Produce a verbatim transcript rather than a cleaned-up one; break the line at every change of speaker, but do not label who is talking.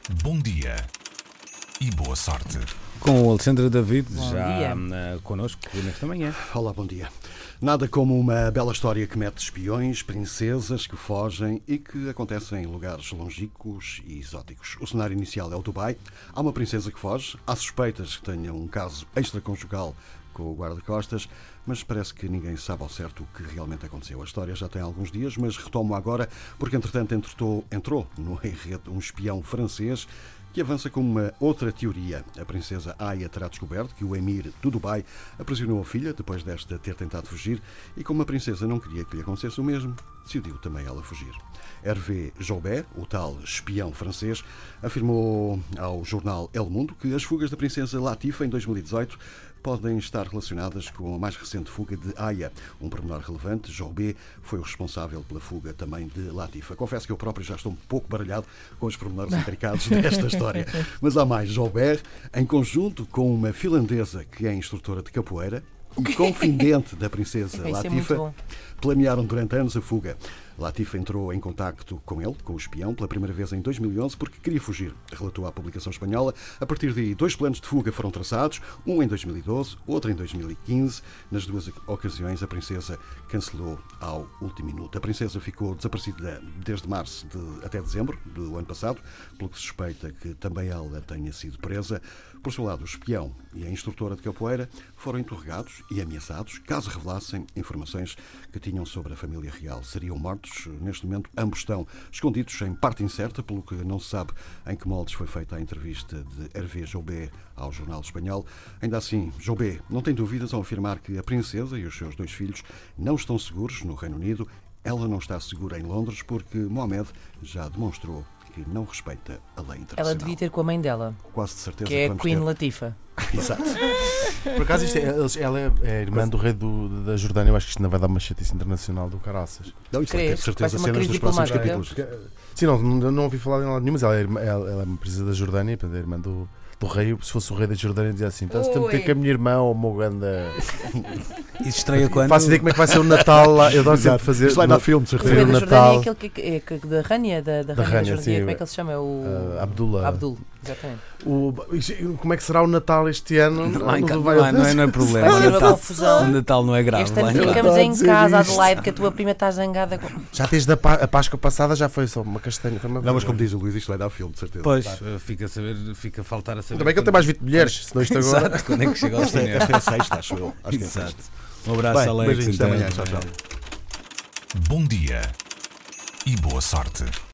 Bom dia e boa sorte.
Com o Alexandre David,
Bom
já
dia.
uh, connosco nesta manhã.
Olá, bom dia. Nada como uma bela história que mete espiões, princesas que fogem e que acontecem em lugares longínquos e exóticos. O cenário inicial é o Dubai. Há uma princesa que foge. Há suspeitas que tenha um caso extraconjugal com o guarda-costas, mas parece que ninguém sabe ao certo o que realmente aconteceu. A história já tem alguns dias, mas retomo agora porque, entretanto, entrou, entrou no enredo um espião francês que avança com uma outra teoria. A princesa Aya terá descoberto que o emir do Dubai aprisionou a filha depois desta ter tentado fugir e, como a princesa não queria que lhe acontecesse o mesmo, decidiu também ela fugir. Hervé Joubert, o tal espião francês, afirmou ao jornal El Mundo que as fugas da princesa Latifa em dois mil e dezoito podem estar relacionadas com a mais recente fuga de Aya. Um pormenor relevante, Joubert foi o responsável pela fuga também de Latifa. Confesso que eu próprio já estou um pouco baralhado com os pormenores intricados desta história. Mas há mais. Joubert, em conjunto com uma finlandesa que é instrutora de capoeira e confidente da princesa
Isso é muito
Latifa,
bom.
planearam durante anos a fuga. Latifa entrou em contacto com ele, com o espião, pela primeira vez em dois mil e onze porque queria fugir, relatou à publicação espanhola. A partir daí, dois planos de fuga foram traçados, um em dois mil e doze, outro em dois mil e quinze. Nas duas ocasiões, a princesa cancelou ao último minuto. A princesa ficou desaparecida desde março de, até dezembro do ano passado, pelo que se suspeita que também ela tenha sido presa. Por seu lado, o espião e a instrutora de capoeira foram interrogados e ameaçados caso revelassem informações que tinham sobre a família real. Seriam mortos. Neste momento, ambos estão escondidos em parte incerta, pelo que não se sabe em que moldes foi feita a entrevista de Hervé Joubert ao jornal espanhol. Ainda assim, Joubert não tem dúvidas ao afirmar que a princesa e os seus dois filhos não estão seguros no Reino Unido. Ela não está segura em Londres porque Mohamed já demonstrou que não respeita a lei internacional.
Ela devia ter com a mãe dela,
Quase de certeza
que é a
vamos
Queen
ter.
Latifa.
Exato.
Por acaso, isto é, eles- ela é, é irmã do rei do- da Jordânia. Eu acho que isto não vai dar uma chatice internacional do caraças.
Não, isso vai ter
Crees?
de certeza
Vai ser uma
cenas
crise
dos próximos
diplomática?
capítulos.
Sim, não, não, não ouvi falar em lado nenhum, mas ela é, irmã, ela, ela é uma princesa da Jordânia, portanto, é irmã do, do rei. Se fosse o rei da Jordânia, dizia assim: estás a meter
Ui.
com a minha irmã ou uma ganda.
Isso estreia quando?
Faço ideia como é que vai ser o Natal lá. Eu adoro sempre
Exato.
fazer.
Isto vai dar filme, de
O
certeza.
rei
o
da
Natal.
Jordânia é aquele que, é, que- da Rania, da, da,
Da
Rania da
Rania,
Jordânia.
sim.
Como é que ele se chama? É O
Ah, Abdullah.
Abdul, exatamente.
O- como é que será o Natal este ano?
Não, há em
No
ca-
Dubai?
não, é, não, é, não é problema.
Vai ser
O
uma
Natal,
confusão.
o Natal não é grave.
Este ano
vai, não.
Eu
ficamos
estava a
em
dizer
casa,
isto.
Adelaide, que a tua prima está zangada com...
Já desde a, pá- a Páscoa passada já foi só uma castanha. Foi uma
Não, mas como
vergonha.
diz o Luís, isto vai dar filme, de certeza.
Pois, eh, fica a saber, fica a faltar a saber.
Ainda bem que ele tem mais vinte mulheres, senão isto agora.
Exato, quando é que chega ao
Esta é,
cinema.
esta é a sexta, acho eu. Acho que é a
Exato.
sexta.
Um abraço,
Bem,
Alex.
beijinhos, até
então.
amanhã. Tchau, tchau.
Bom dia e boa sorte.